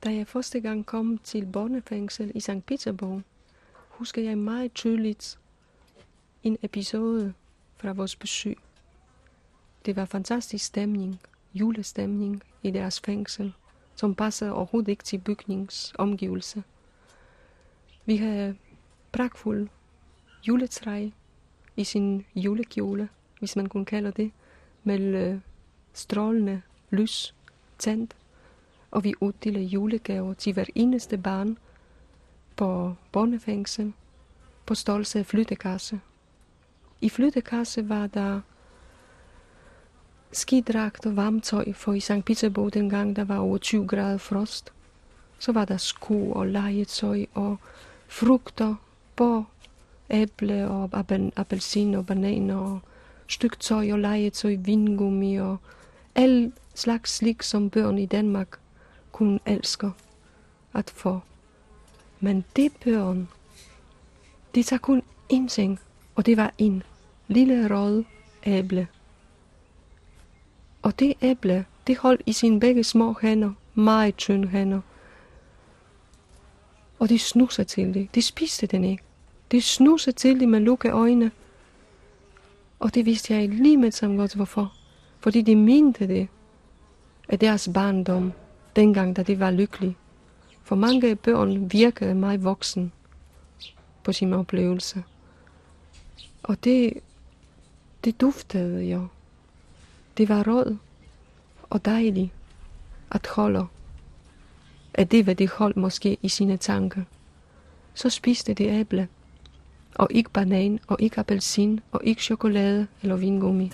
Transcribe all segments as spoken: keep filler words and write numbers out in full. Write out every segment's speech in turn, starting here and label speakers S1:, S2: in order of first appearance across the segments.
S1: Da jeg første gang kom til børnefængsel i Sankt Petersborg, husker jeg meget tydeligt en episode fra vores besøg. Det var fantastisk stemning, julestemning i deres fængsel, som passede overhovedet ikke til bygningsomgivelser. Vi havde pragtfuld juletræ i sin julekjole, hvis man kunne kalde det, med øh, strålende lys tændt, og vi uddelte julegaver til hver eneste barn på børnefængsel på størrelse af flyttekasse. I flyttekasse var der skidragt og varmtøj, for i Sankt Petersborg dengang der var over tyve grader frost. Så var der sko og legetøj og frugter, bår, æble og appelsin og bananer og styktøj og legetøj, vingummi og al slags slik, som børn i Danmark kunne elske at få. Men det børn, de tager kun én ting, og det var en lille rød æble. Og det æble, det holdt i sine begge små hænder, meget tynde hænder. Og de snusede til det. De spiste den ikke. De snusede til det med lukkede øjne. Og det vidste jeg lige med samme godt hvorfor. Fordi de mente det af deres barndom, dengang da de var lykkelige. For mange børn virkede meget voksen på sin oplevelse. Og det, det duftede jo. Det var rød og dejligt at holde. At det var det hold måske i sine tanker. Så spiste det æble. Og ikke banan, og ikke appelsin, og ikke chokolade eller vingummi.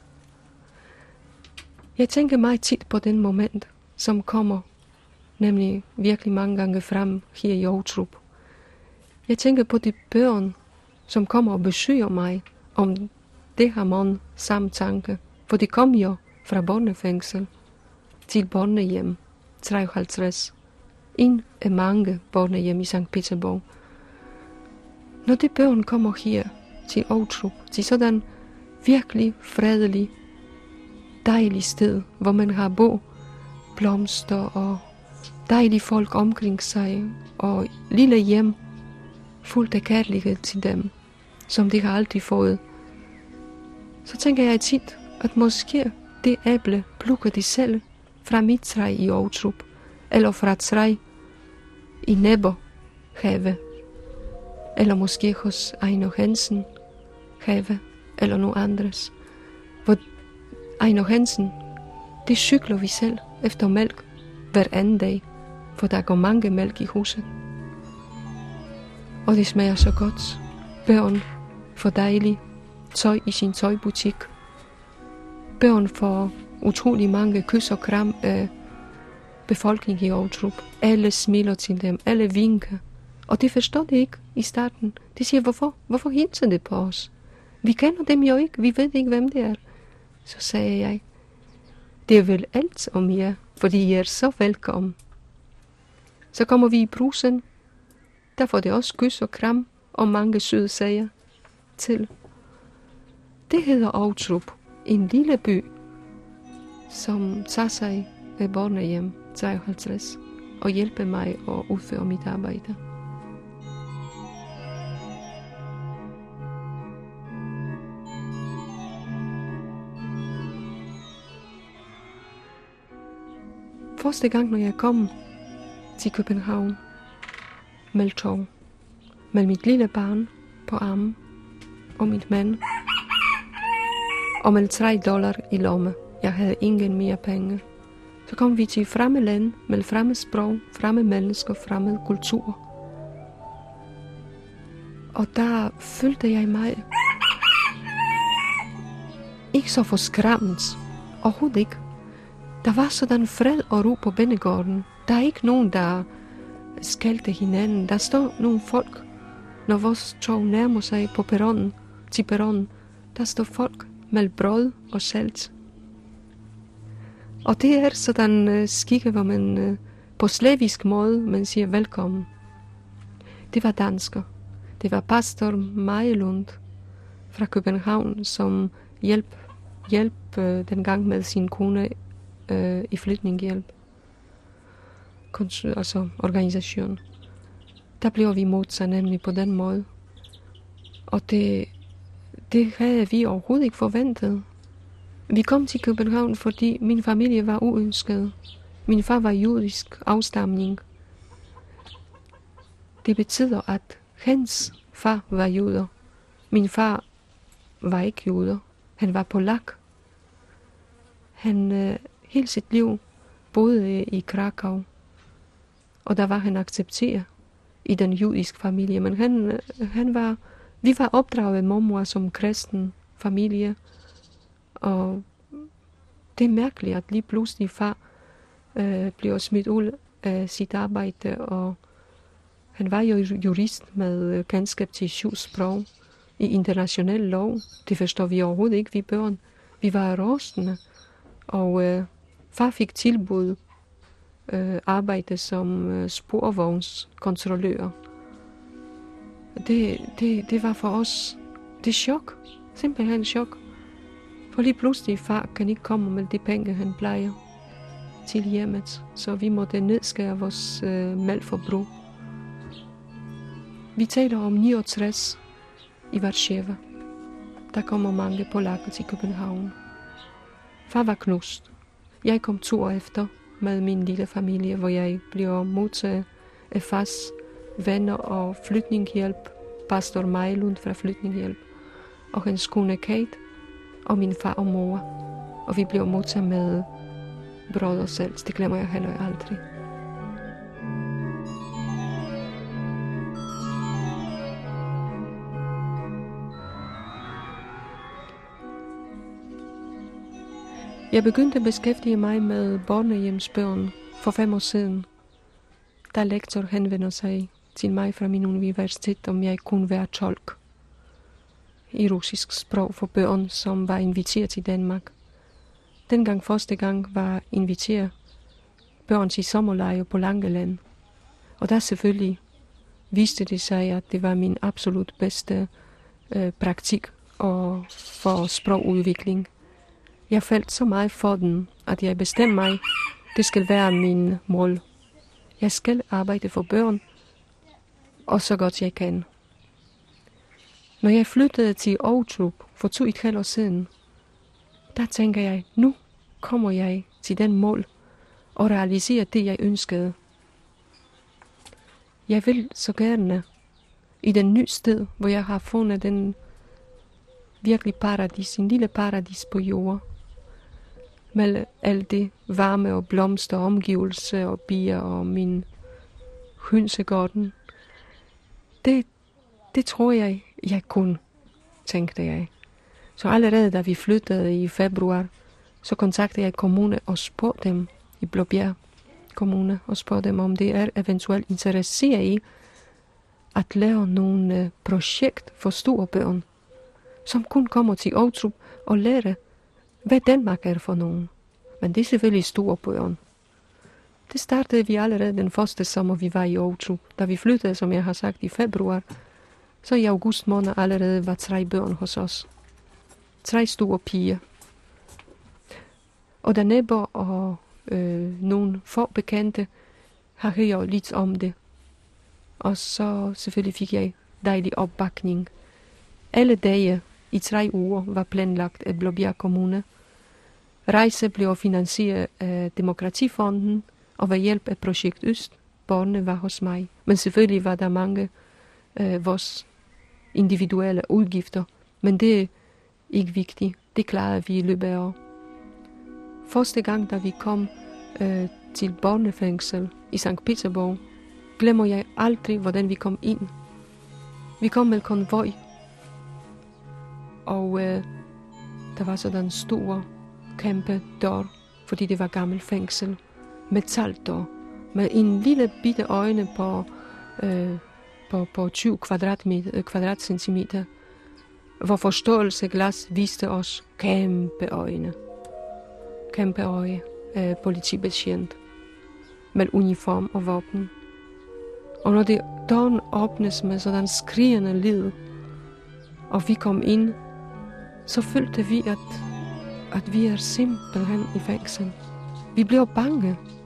S1: Jeg tænker meget tit på den moment, som kommer, nemlig virkelig mange gange frem her i Ovtrup. Jeg tænker på de børn, som kommer og besøger mig, om det har man samme tanke. For de kom jo fra børnefængsel til børnehjem treoghalvtreds. En af mange børnehjem i Sankt Petersborg. Når de børn kommer her til Ovtrup, til sådan virkelig fredelig, dejlig sted, hvor man har bo, blomster og dejlige folk omkring sig, og lille hjem, fuldt af kærlighed til dem, som de har altid fået, så tænker jeg tit, at måske det æble plukker de selv fra mit træ i Ovtrup, eller fra et træ i Næborhave, eller måske hos Ejner Hansen have, eller nogen andres. Hvor Ejner Hansen, det cykler vi selv efter mælk hver anden dag, for der går mange mælk i huset. Og det smager så godt. Børn får dejligt tøj i sin tøjbutik. Børn får utrolig mange kys og kram af befolkningen i Ovtrup. Alle smiler til dem, alle vinker. Og de forstår det ikke i starten. De siger, hvorfor? Hvorfor hilser det på os? Vi kender dem jo ikke, vi ved ikke, hvem det er. Så sagde jeg, det er vel alt om jer, fordi I er så velkommen. Så kommer vi i brusen. Der får det også kys og kram og mange søde sager til. Det hedder Ovtrup, en lille by, som tager sig af børnehjem treoghalvtreds og hjælper mig at udføre mit arbejde. Første gang, når jeg kom til København, med tog, med mit lille barn på armen, og mit mand, og med tre dollar i lomme. Jeg havde ingen mere penge. Så kom vi til fremme land, med fremme sprog, fremme mennesker, fremme kultur. Og der følte jeg mig ikke så forskræmt. Overhovedet ikke. Der var sådan fred og ro på banegården. Der er ikke nogen, der skældte hinanden. Der står nogle folk, når vores tog nærmer sig på perronen, til perronen. Der står folk med brød og salt. Og det er sådan uh, skikke, hvor man uh, på slavisk måde, man siger velkommen. Det var dansker. Det var pastor Majlund fra København, som hjælp, hjælp uh, dengang med sin kone uh, i flytninghjælp. altså organisation. Der blev vi modsat nemlig på den måde. Og det, det havde vi overhovedet ikke forventet. Vi kom til København, fordi min familie var uønsket. Min far var jødisk afstamning. Det betyder, at hans far var jøder. Min far var ikke jøder. Han var polak. Han øh, hele sit liv boede i Krakow. Og der var han accepteret i den jødiske familie. Men han, han var, vi var opdraget af mormor som kristen familie. Og det er mærkeligt, at lige pludselig far øh, bliver smidt ud af sit arbejde. Og han var jo jurist med kendskab til syv sprog i international lov. Det forstår vi overhovedet ikke, vi børn. Vi var rystende. Og øh, far fik tilbud øh, arbejde som øh, sporvognskontrollør. Det, det, det var for os, det er chok. Simpelthen chok. For lige pludselig far kan ikke komme med de penge, han plejer til hjemmet. Så vi måtte nedskære vores øh, mælforbrug. Vi taler om niogtres i Warszawa. Der kommer mange polakker til København. Far var knust. Jeg kom to år efter med min lille familie, hvor jeg bliver modtaget af fars venner og flytninghjælp, pastor Majlund fra flytninghjælp, og hans kone Kate, og min far og mor. Og vi bliver modtaget med brød og salt. Det glemmer jeg heller aldrig. Jeg begyndte at beskæftige mig med børnehjemsbørn for fem år siden. Da lektor henvender sig til mig fra min universitet, om jeg kunne være tolk i russisk sprog for børn, som var inviteret til Danmark. Dengang første gang var inviteret børn til sommerlejre på Langeland. Og der selvfølgelig viste det sig, at det var min absolut bedste øh, praktik og for sprogudvikling. Jeg faldt så meget for den, at jeg bestemte mig, det skal være min mål. Jeg skal arbejde for børn, og så godt jeg kan. Når jeg flyttede til Ovtrup for to et halvt år siden, der tænker jeg, nu kommer jeg til den mål og realiserer det, jeg ønskede. Jeg vil så gerne i den nye sted, hvor jeg har fundet den virkelig paradis, en lille paradis på jorden, med alt det varme og blomster, omgivelser og bier og min hønsegården. Det, det tror jeg, jeg kunne, tænkte jeg. Så allerede da vi flyttede i februar, så kontaktede jeg kommunen og spurgte dem i Blåbjerg Kommune, og spurgte dem, om det er eventuelt interesseret i at lave nogle projekt for store børn, som kun kommer til Ovtrup og lære, hvad Danmark er for nogen. Men det er selvfølgelig store børn. Det startede vi allerede den første sommer, vi var i Ovtrup. Da vi flyttede, som jeg har sagt, i februar, så i august måned allerede var tre børn hos os. Tre store piger. Og der næbber og øh, nogle få bekendte har hørt lidt om det. Og så selvfølgelig fik jeg dejlig opbakning. Alle dage i tre uger var planlagt af Blåbjerg Kommune. Rejse blev finansieret af Demokratifonden, og ved hjælp af Projekt Øst, børnene var hos mig. Men selvfølgelig var der mange øh, vores individuelle udgifter, men det er ikke vigtigt. Det klarede vi i løbet af år. Første gang, da vi kom øh, til børnefængsel i Sankt Petersborg, glemmer jeg aldrig, hvordan vi kom ind. Vi kom med konvoj, og øh, der var sådan en stor, kæmpe dør, fordi det var gammel fængsel. Metaldør, med en lille bitte øjne på, øh, på, på tyve kvadratmeter, kvadratcentimeter, hvor forståelsesglas viste os kæmpe øjne. Kæmpe øje af politibetjent med uniform og våben. Og når det døren åbnes med sådan skrigende lyd, og vi kom ind, så følte vi, at, at vi er simpelthen i fængsel. Vi blev bange.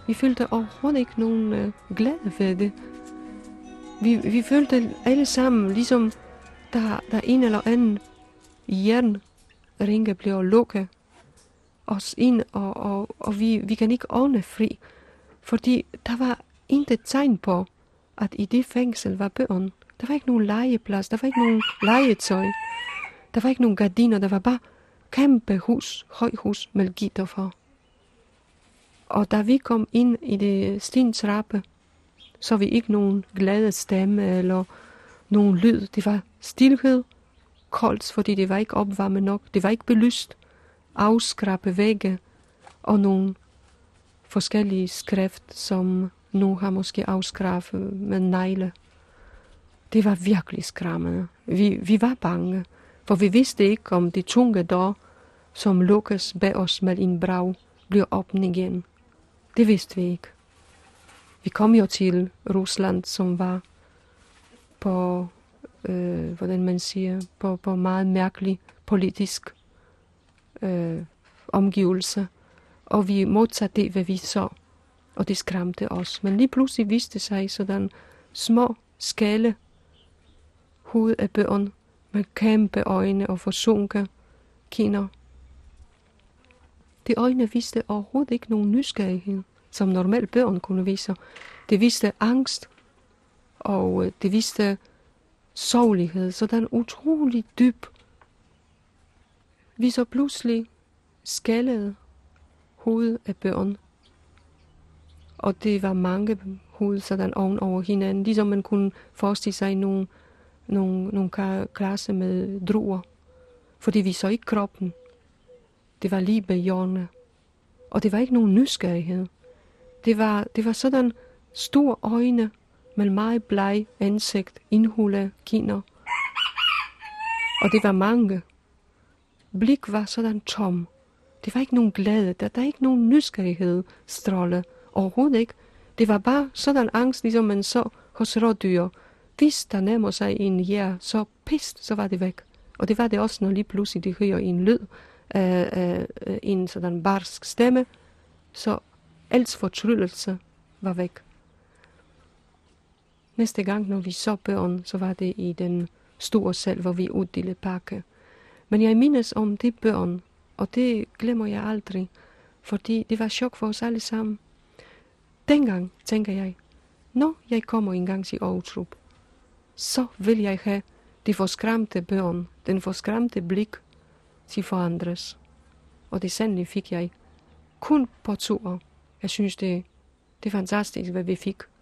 S1: Vi følte overhovedet ikke nogen øh, glæde ved det. Vi, vi følte alle sammen, ligesom der, der en eller anden jernringe bliver lukket os ind, og, og, og vi, vi kan ikke ånde fri. Fordi der var intet tegn på, at i det fængsel var børn. Der var ikke nogen legeplads, der var ikke nogen legetøj. Der var ikke nogen gardiner, der var bare kæmpe hus, højhus med gitter for. Og da vi kom ind i det stentrappe, så vi ikke nogen glade stemme eller nogen lyd. Det var stilhed, koldt, fordi det var ikke opvarmet nok. Det var ikke belyst, afskrabe vægge og nogle forskellige skrift, som nu har måske afskrabet med negle. Det var virkelig skræmmende. Vi, vi var bange, for vi vidste ikke, om de tunge dør, som lukkes bag os med en brag, bliver åbnet igen. Det vidste vi ikke. Vi kom jo til Rusland, som var på, øh, hvordan man siger, på, på meget mærkelig politisk øh, omgivelse. Og vi modsatte det, hvad vi så, og det skræmte os. Men lige pludselig viste sig sådan små skale hoved af børn med kæmpe øjne og forsunke kinder. De øjne viste overhovedet ikke nogen nysgerrighed, som normalt børn kunne vise. Det viste angst, og det viste sorglighed, sådan utrolig dyb. Vi så pludselig skaldede hoved af børn, og det var mange hoved sådan oven over hinanden, ligesom man kunne forestille sig nogle, nogle, nogle klasser med druer, fordi vi så ikke kroppen. Det var lige bag hjørnet, og det var ikke nogen nysgerrighed. Det var, det var sådan store øjne med meget bleg ansigt, indhullede kinder, og det var mange. Blik var sådan tom. Det var ikke nogen glæde, der, der er ikke nogen nysgerrighed stråle, overhovedet ikke. Det var bare sådan angst, ligesom man så hos rådyr. Hvis der nærmer sig en jær, så pist, så var det væk. Og det var det også, når lige pludselig de hører en lyd, øh, øh, en sådan barsk stemme, så alts fortryllelse var væk. Næste gang, når vi så børn, så var det i den store sal, hvor vi uddelte pakke. Men jeg mindes om det børn, og det glemmer jeg aldrig, fordi det var chok for os alle sammen. Dengang tænker jeg, når jeg kommer engang til Ovtrup, så vil jeg have de forskræmte børn, den forskræmte blik til forandres. Og det sandelig fik jeg kun på tur. Jeg synes, det, det er fantastisk, hvad vi fik.